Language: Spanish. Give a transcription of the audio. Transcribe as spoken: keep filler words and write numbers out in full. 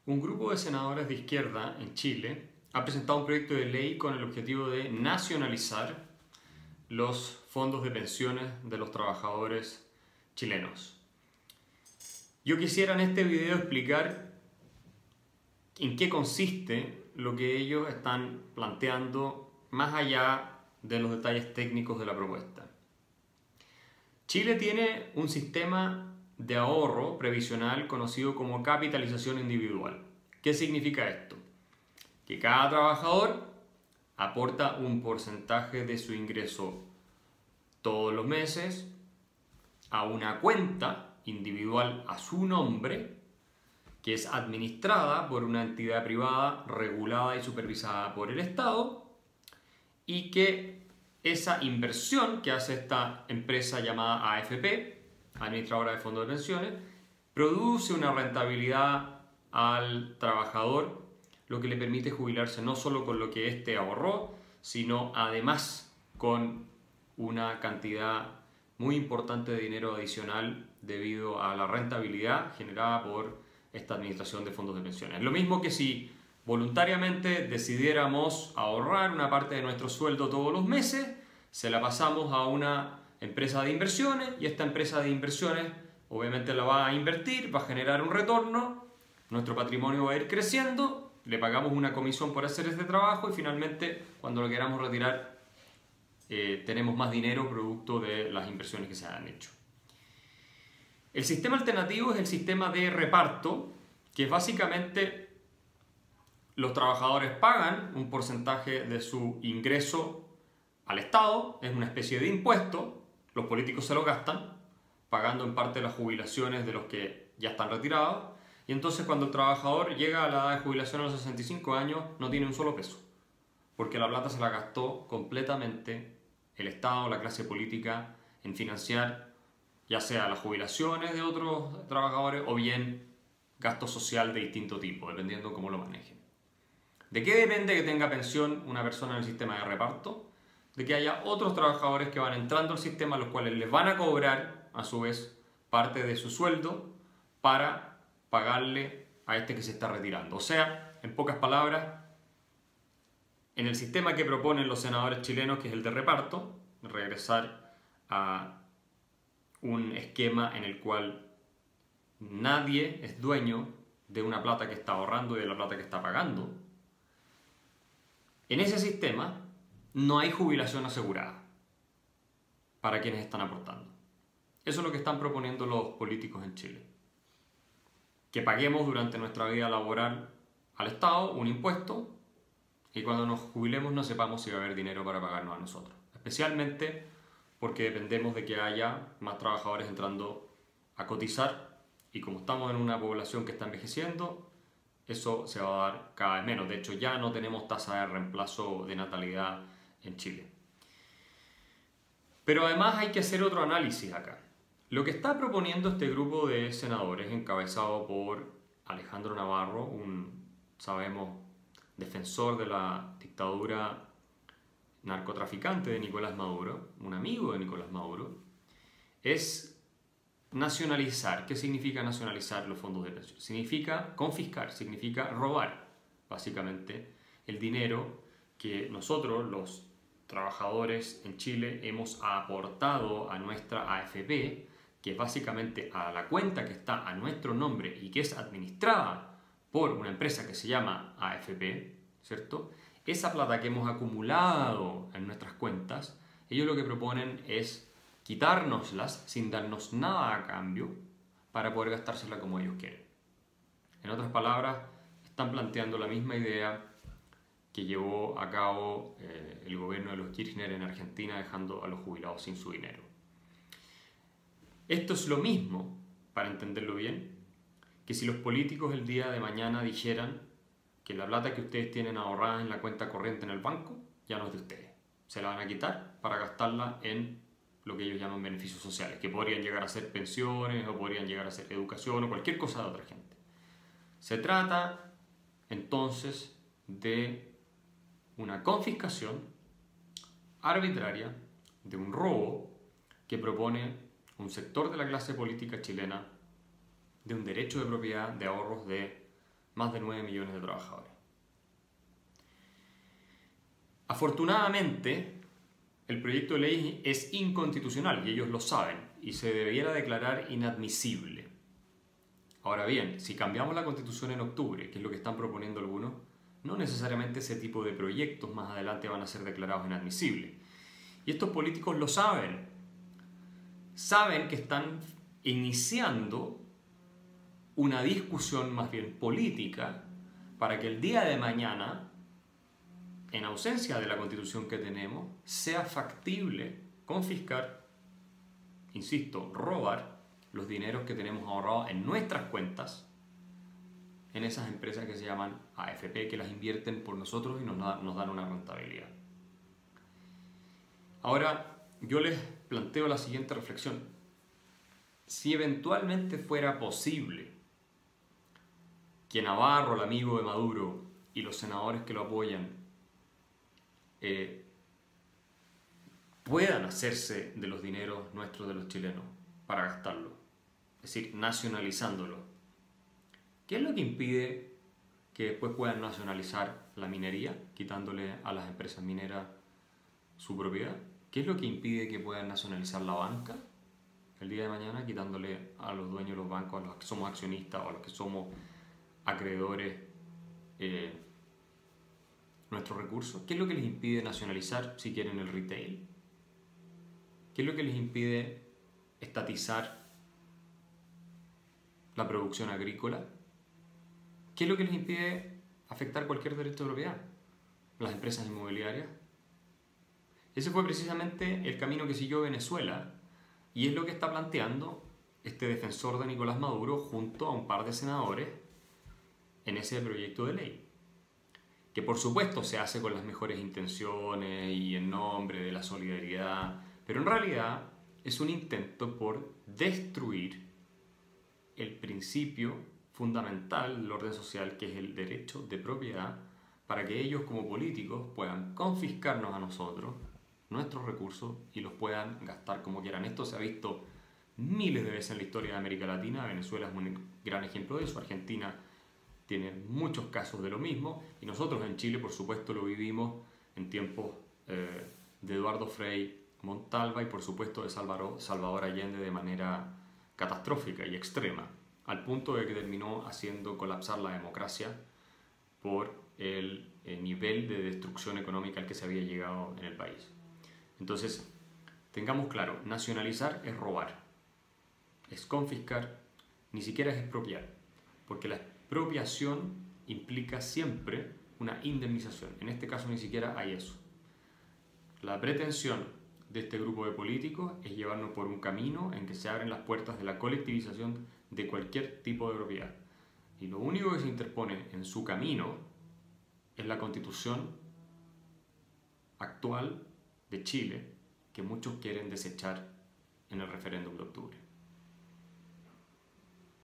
Un grupo de senadores de izquierda en Chile ha presentado un proyecto de ley con el objetivo de nacionalizar los fondos de pensiones de los trabajadores chilenos. Yo quisiera en este video explicar en qué consiste lo que ellos están planteando más allá de los detalles técnicos de la propuesta. Chile tiene un sistema de ahorro previsional conocido como capitalización individual. ¿Qué significa esto? Que cada trabajador aporta un porcentaje de su ingreso todos los meses a una cuenta individual a su nombre, que es administrada por una entidad privada regulada y supervisada por el Estado, y que esa inversión que hace esta empresa llamada A F P, administradora de fondos de pensiones, produce una rentabilidad al trabajador, lo que le permite jubilarse no solo con lo que éste ahorró, sino además con una cantidad muy importante de dinero adicional debido a la rentabilidad generada por esta administración de fondos de pensiones. Lo mismo que si voluntariamente decidiéramos ahorrar una parte de nuestro sueldo todos los meses, se la pasamos a una empresa de inversiones y esta empresa de inversiones obviamente la va a invertir, va a generar un retorno, nuestro patrimonio va a ir creciendo, le pagamos una comisión por hacer este trabajo y finalmente cuando lo queramos retirar eh, tenemos más dinero producto de las inversiones que se han hecho. El sistema alternativo es el sistema de reparto, que básicamente los trabajadores pagan un porcentaje de su ingreso al Estado, es una especie de impuesto, los políticos se lo gastan, pagando en parte las jubilaciones de los que ya están retirados, y entonces cuando el trabajador llega a la edad de jubilación a los sesenta y cinco años no tiene un solo peso, porque la plata se la gastó completamente el Estado, la clase política, en financiar ya sea las jubilaciones de otros trabajadores o bien gasto social de distinto tipo, dependiendo cómo lo manejen. ¿De qué depende que tenga pensión una persona en el sistema de reparto? De que haya otros trabajadores que van entrando al sistema, a los cuales les van a cobrar, a su vez, parte de su sueldo para pagarle a este que se está retirando. O sea, en pocas palabras, en el sistema que proponen los senadores chilenos, que es el de reparto, regresar a un esquema en el cual nadie es dueño de una plata que está ahorrando y de la plata que está pagando. En ese sistema no hay jubilación asegurada para quienes están aportando. Eso es lo que están proponiendo los políticos en Chile. Que paguemos durante nuestra vida laboral al Estado un impuesto y cuando nos jubilemos no sepamos si va a haber dinero para pagarnos a nosotros. Especialmente porque dependemos de que haya más trabajadores entrando a cotizar y como estamos en una población que está envejeciendo, eso se va a dar cada vez menos. De hecho, ya no tenemos tasa de reemplazo de natalidad en Chile. Pero además hay que hacer otro análisis acá. Lo que está proponiendo este grupo de senadores, encabezado por Alejandro Navarro, un, sabemos, defensor de la dictadura narcotraficante de Nicolás Maduro, un amigo de Nicolás Maduro, es nacionalizar. ¿Qué significa nacionalizar los fondos de pensión? Significa confiscar, significa robar, básicamente, el dinero que nosotros, los trabajadores en Chile, hemos aportado a nuestra A F P, que es básicamente a la cuenta que está a nuestro nombre y que es administrada por una empresa que se llama A F P, ¿cierto? Esa plata que hemos acumulado en nuestras cuentas, ellos lo que proponen es quitárnoslas sin darnos nada a cambio para poder gastársela como ellos quieren. En otras palabras, están planteando la misma idea que llevó a cabo eh, el gobierno de los Kirchner en Argentina, dejando a los jubilados sin su dinero. Esto es lo mismo, para entenderlo bien, que si los políticos el día de mañana dijeran que la plata que ustedes tienen ahorrada en la cuenta corriente en el banco ya no es de ustedes. Se la van a quitar para gastarla en lo que ellos llaman beneficios sociales, que podrían llegar a ser pensiones o podrían llegar a ser educación o cualquier cosa de otra gente. Se trata entonces de una confiscación arbitraria, de un robo que propone un sector de la clase política chilena, de un derecho de propiedad de ahorros de más de nueve millones de trabajadores. Afortunadamente, el proyecto de ley es inconstitucional y ellos lo saben y se debiera declarar inadmisible. Ahora bien, si cambiamos la Constitución en octubre, que es lo que están proponiendo algunos, no necesariamente ese tipo de proyectos más adelante van a ser declarados inadmisibles. Y estos políticos lo saben. Saben que están iniciando una discusión más bien política para que el día de mañana, en ausencia de la Constitución que tenemos, sea factible confiscar, insisto, robar los dineros que tenemos ahorrados en nuestras cuentas en esas empresas que se llaman A F P, que las invierten por nosotros y nos, da, nos dan una rentabilidad. Ahora, yo les planteo la siguiente reflexión. Si eventualmente fuera posible que Navarro, el amigo de Maduro, y los senadores que lo apoyan eh, puedan hacerse de los dineros nuestros de los chilenos para gastarlo, es decir, nacionalizándolo, ¿qué es lo que impide que después puedan nacionalizar la minería, quitándole a las empresas mineras su propiedad? ¿Qué es lo que impide que puedan nacionalizar la banca el día de mañana, quitándole a los dueños de los bancos, a los que somos accionistas o a los que somos acreedores eh, nuestros recursos? ¿Qué es lo que les impide nacionalizar, si quieren, el retail? ¿Qué es lo que les impide estatizar la producción agrícola? ¿Qué es lo que les impide afectar cualquier derecho de propiedad? Las empresas inmobiliarias. Ese fue precisamente el camino que siguió Venezuela y es lo que está planteando este defensor de Nicolás Maduro junto a un par de senadores en ese proyecto de ley, que por supuesto se hace con las mejores intenciones y en nombre de la solidaridad, pero en realidad es un intento por destruir el principio fundamental del orden social, que es el derecho de propiedad, para que ellos como políticos puedan confiscarnos a nosotros nuestros recursos y los puedan gastar como quieran. Esto se ha visto miles de veces en la historia de América Latina. Venezuela es un gran ejemplo de eso. Argentina tiene muchos casos de lo mismo y nosotros en Chile, por supuesto, lo vivimos en tiempos eh, de Eduardo Frei Montalva y por supuesto de Salvador, Salvador Allende de manera catastrófica y extrema, al punto de que terminó haciendo colapsar la democracia por el eh, nivel de destrucción económica al que se había llegado en el país. Entonces, tengamos claro, nacionalizar es robar, es confiscar, ni siquiera es expropiar, porque la expropiación implica siempre una indemnización. En este caso ni siquiera hay eso. La pretensión de este grupo de políticos es llevarnos por un camino en que se abren las puertas de la colectivización de cualquier tipo de propiedad. Y lo único que se interpone en su camino es la Constitución actual de Chile, que muchos quieren desechar en el referéndum de octubre.